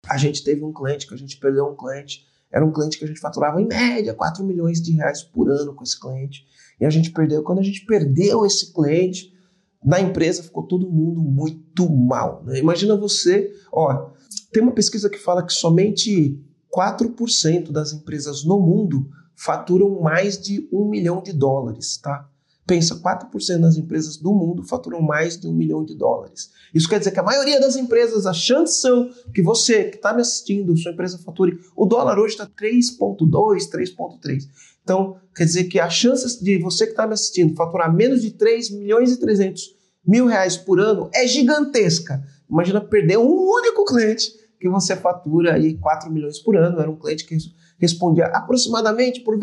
a gente teve um cliente que a gente perdeu um cliente. Era um cliente que a gente faturava em média 4 milhões de reais por ano com esse cliente. E a gente perdeu. Quando a gente perdeu esse cliente, na empresa ficou todo mundo muito mal, né? Imagina você, tem uma pesquisa que fala que somente 4% das empresas no mundo faturam mais de $1 milhão, tá? Pensa, 4% das empresas do mundo faturam mais de $1 milhão. Isso quer dizer que a maioria das empresas, as chances são que você que está me assistindo, sua empresa fature. O dólar hoje está 3,2, 3,3. Então, quer dizer que a chance de você que está me assistindo faturar menos de 3 milhões e 300 mil reais por ano é gigantesca. Imagina perder um único cliente que você fatura aí 4 milhões por ano. Era um cliente que respondia aproximadamente por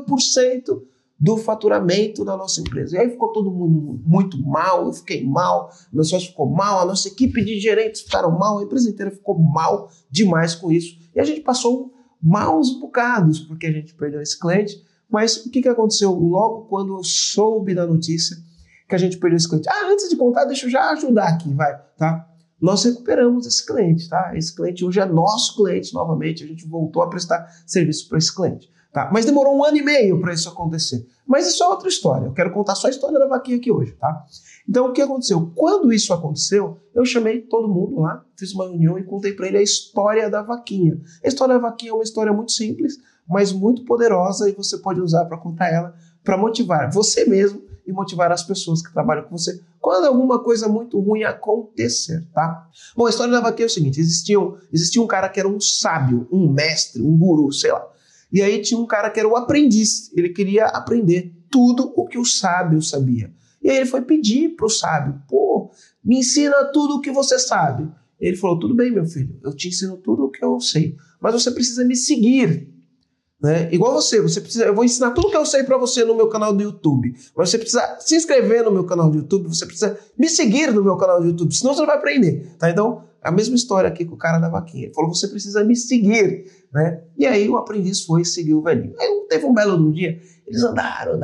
29% do faturamento da nossa empresa. E aí ficou todo mundo muito mal, eu fiquei mal, meu sócio ficou mal, a nossa equipe de gerentes ficaram mal, a empresa inteira ficou mal demais com isso. E a gente passou maus bocados porque a gente perdeu esse cliente. Mas o que aconteceu logo quando eu soube da notícia que a gente perdeu esse cliente? Antes de contar, deixa eu já ajudar aqui, tá? Nós recuperamos esse cliente, tá? Esse cliente hoje é nosso cliente novamente, a gente voltou a prestar serviço para esse cliente. Tá? Mas demorou 1 ano e meio para isso acontecer. Mas isso é outra história. Eu quero contar só a história da vaquinha aqui hoje, tá? Então, o que aconteceu? Quando isso aconteceu, eu chamei todo mundo lá, fiz uma reunião e contei para ele a história da vaquinha. A história da vaquinha é uma história muito simples, mas muito poderosa, e você pode usar para contar ela para motivar você mesmo e motivar as pessoas que trabalham com você quando alguma coisa muito ruim acontecer, tá? Bom, a história da vaquinha é o seguinte: existia um cara que era um sábio, um mestre, um guru, sei lá. E aí tinha um cara que era o aprendiz, ele queria aprender tudo o que o sábio sabia. E aí ele foi pedir para o sábio, me ensina tudo o que você sabe. Ele falou, tudo bem, meu filho, eu te ensino tudo o que eu sei, mas você precisa me seguir. Né? Igual você precisa, eu vou ensinar tudo o que eu sei para você no meu canal do YouTube, mas você precisa se inscrever no meu canal do YouTube, você precisa me seguir no meu canal do YouTube, senão você não vai aprender. Tá? Então, a mesma história aqui com o cara da vaquinha. Ele falou, você precisa me seguir, né? E aí o aprendiz foi seguir o velhinho. Aí teve um belo dia, eles andaram.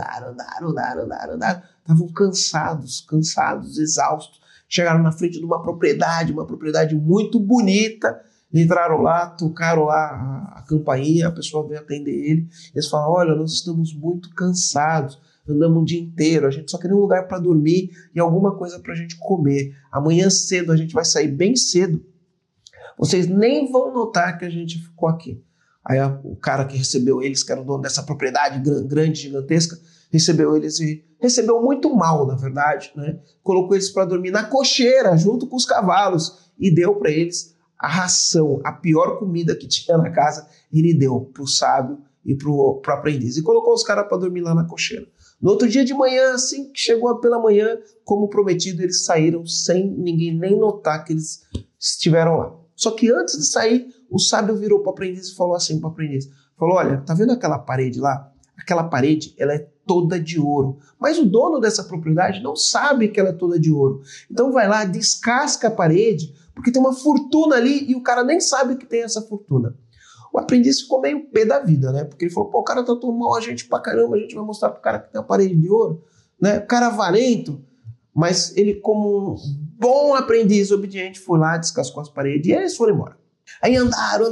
Estavam cansados, exaustos. Chegaram na frente de uma propriedade muito bonita. Entraram lá, tocaram lá a campainha, a pessoa veio atender ele. Eles falaram, olha, nós estamos muito cansados. Andamos o dia inteiro, a gente só queria um lugar para dormir e alguma coisa para a gente comer. Amanhã cedo a gente vai sair bem cedo. Vocês nem vão notar que a gente ficou aqui. Aí o cara que recebeu eles, que era o dono dessa propriedade grande, gigantesca, recebeu eles e recebeu muito mal, na verdade, né? Colocou eles para dormir na cocheira, junto com os cavalos, e deu para eles a ração, a pior comida que tinha na casa, ele deu para o sábio e para o aprendiz. E colocou os caras para dormir lá na cocheira. No outro dia de manhã, assim que chegou pela manhã, como prometido, eles saíram sem ninguém nem notar que eles estiveram lá. Só que antes de sair, o sábio virou para o aprendiz e falou assim para o aprendiz. Falou, olha, tá vendo aquela parede lá? Aquela parede, ela é toda de ouro. Mas o dono dessa propriedade não sabe que ela é toda de ouro. Então vai lá, descasca a parede, porque tem uma fortuna ali e o cara nem sabe que tem essa fortuna. O aprendiz ficou meio pé da vida, né? Porque ele falou, o cara tratou mal a gente pra caramba, a gente vai mostrar pro cara que tem uma parede de ouro, né? O cara avarento, mas ele, como um bom aprendiz obediente, foi lá, descascou as paredes e eles foram embora. Aí andaram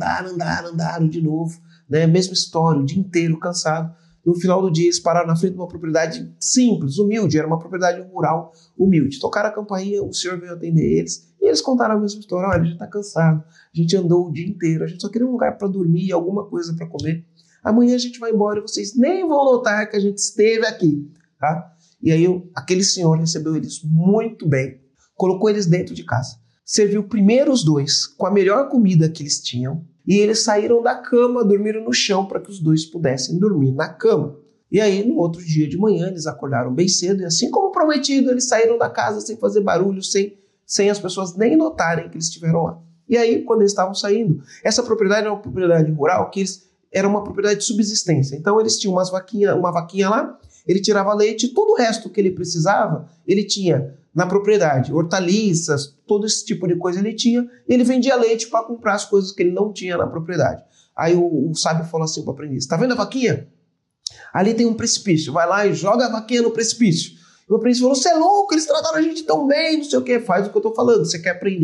de novo, né? Mesma história, o dia inteiro, cansado. No final do dia, eles pararam na frente de uma propriedade simples, humilde, era uma propriedade rural humilde. Tocaram a campainha, o senhor veio atender eles, e eles contaram a mesma história. Olha, a gente está cansado, a gente andou o dia inteiro, a gente só queria um lugar para dormir, alguma coisa para comer. Amanhã a gente vai embora e vocês nem vão notar que a gente esteve aqui, tá? E aí aquele senhor recebeu eles muito bem, colocou eles dentro de casa, serviu primeiro os dois com a melhor comida que eles tinham, e eles saíram da cama, dormiram no chão para que os dois pudessem dormir na cama. E aí, no outro dia de manhã, eles acordaram bem cedo e assim como prometido, eles saíram da casa sem fazer barulho, sem as pessoas nem notarem que eles estiveram lá. E aí, quando eles estavam saindo, essa propriedade era uma propriedade rural, era uma propriedade de subsistência. Então, eles tinham uma vaquinha lá, ele tirava leite, todo o resto que ele precisava, ele tinha na propriedade, hortaliças, todo esse tipo de coisa ele tinha, e ele vendia leite para comprar as coisas que ele não tinha na propriedade. Aí o sábio falou assim para o aprendiz, tá vendo a vaquinha? Ali tem um precipício, vai lá e joga a vaquinha no precipício. E o aprendiz falou, você é louco, eles trataram a gente tão bem, não sei o que, faz o que eu estou falando, você quer aprender,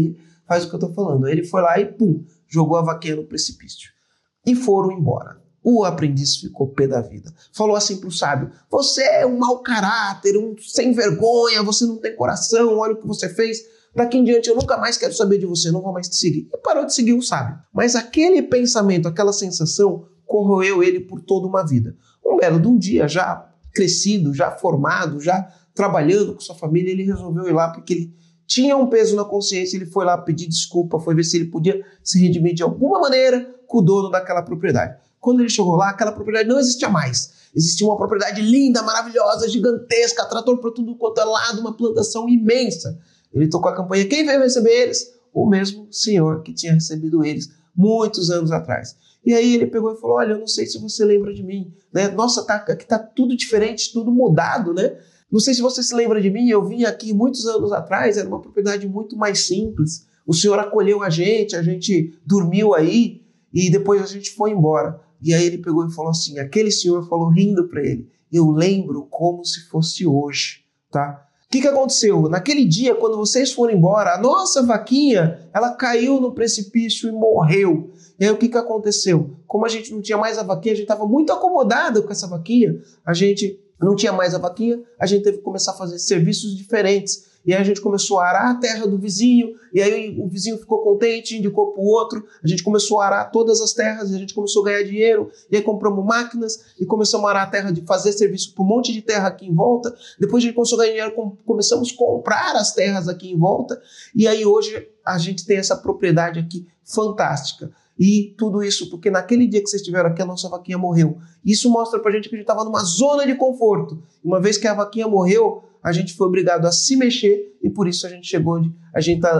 faz o que eu tô falando. Aí ele foi lá e pum, jogou a vaquinha no precipício. E foram embora. O aprendiz ficou pé da vida. Falou assim pro sábio: você é um mau caráter, um sem vergonha, você não tem coração, olha o que você fez. Daqui em diante eu nunca mais quero saber de você, não vou mais te seguir. E parou de seguir o sábio. Mas aquele pensamento, aquela sensação, corroeu ele por toda uma vida. Um belo de um dia, já crescido, já formado, já trabalhando com sua família, ele resolveu ir lá porque ele tinha um peso na consciência, ele foi lá pedir desculpa, foi ver se ele podia se redimir de alguma maneira com o dono daquela propriedade. Quando ele chegou lá, aquela propriedade não existia mais. Existia uma propriedade linda, maravilhosa, gigantesca, trator para tudo quanto é lado, uma plantação imensa. Ele tocou a campainha. Quem veio receber eles? O mesmo senhor que tinha recebido eles muitos anos atrás. E aí ele pegou e falou: olha, eu não sei se você lembra de mim, né? Nossa, aqui tá tudo diferente, tudo mudado, né? Não sei se você se lembra de mim, eu vim aqui muitos anos atrás, era uma propriedade muito mais simples. O senhor acolheu a gente dormiu aí e depois a gente foi embora. E aí ele pegou e falou assim, aquele senhor falou rindo para ele: eu lembro como se fosse hoje, tá? O que aconteceu? Naquele dia, quando vocês foram embora, a nossa vaquinha, ela caiu no precipício e morreu. E aí o que aconteceu? Como a gente não tinha mais a vaquinha, a gente estava muito acomodado com essa vaquinha, a gente não tinha mais a vaquinha, a gente teve que começar a fazer serviços diferentes. E aí a gente começou a arar a terra do vizinho, e aí o vizinho ficou contente, indicou para o outro, a gente começou a arar todas as terras, e a gente começou a ganhar dinheiro, e aí compramos máquinas, e começamos a arar a terra, de fazer serviço para um monte de terra aqui em volta. Depois a gente começou a ganhar dinheiro, começamos a comprar as terras aqui em volta, e aí hoje a gente tem essa propriedade aqui fantástica. E tudo isso porque naquele dia que vocês estiveram aqui, a nossa vaquinha morreu. Isso mostra pra gente que a gente estava numa zona de conforto. Uma vez que a vaquinha morreu, a gente foi obrigado a se mexer e por isso a gente chegou onde a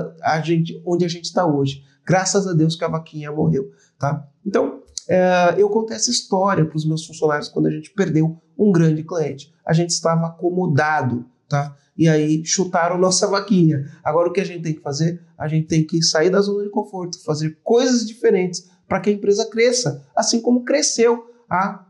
gente está hoje. Graças a Deus que a vaquinha morreu, tá? Então, eu contei essa história para os meus funcionários quando a gente perdeu um grande cliente. A gente estava acomodado, tá? E aí chutaram nossa vaquinha. Agora o que a gente tem que fazer? A gente tem que sair da zona de conforto, fazer coisas diferentes para que a empresa cresça, assim como cresceu a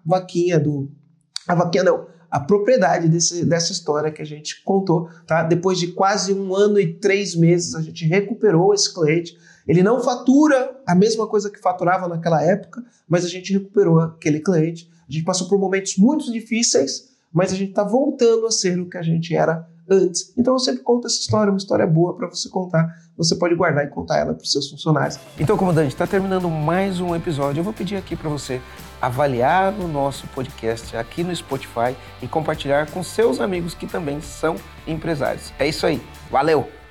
propriedade dessa história que a gente contou, tá? Depois de quase 1 ano e 3 meses, a gente recuperou esse cliente. Ele não fatura a mesma coisa que faturava naquela época, mas a gente recuperou aquele cliente. A gente passou por momentos muito difíceis, mas a gente está voltando a ser o que a gente era antes. Então eu sempre conto essa história, uma história boa para você contar. Você pode guardar e contar ela para os seus funcionários. Então, comandante, está terminando mais um episódio. Eu vou pedir aqui para você avaliar o nosso podcast aqui no Spotify e compartilhar com seus amigos que também são empresários. É isso aí. Valeu!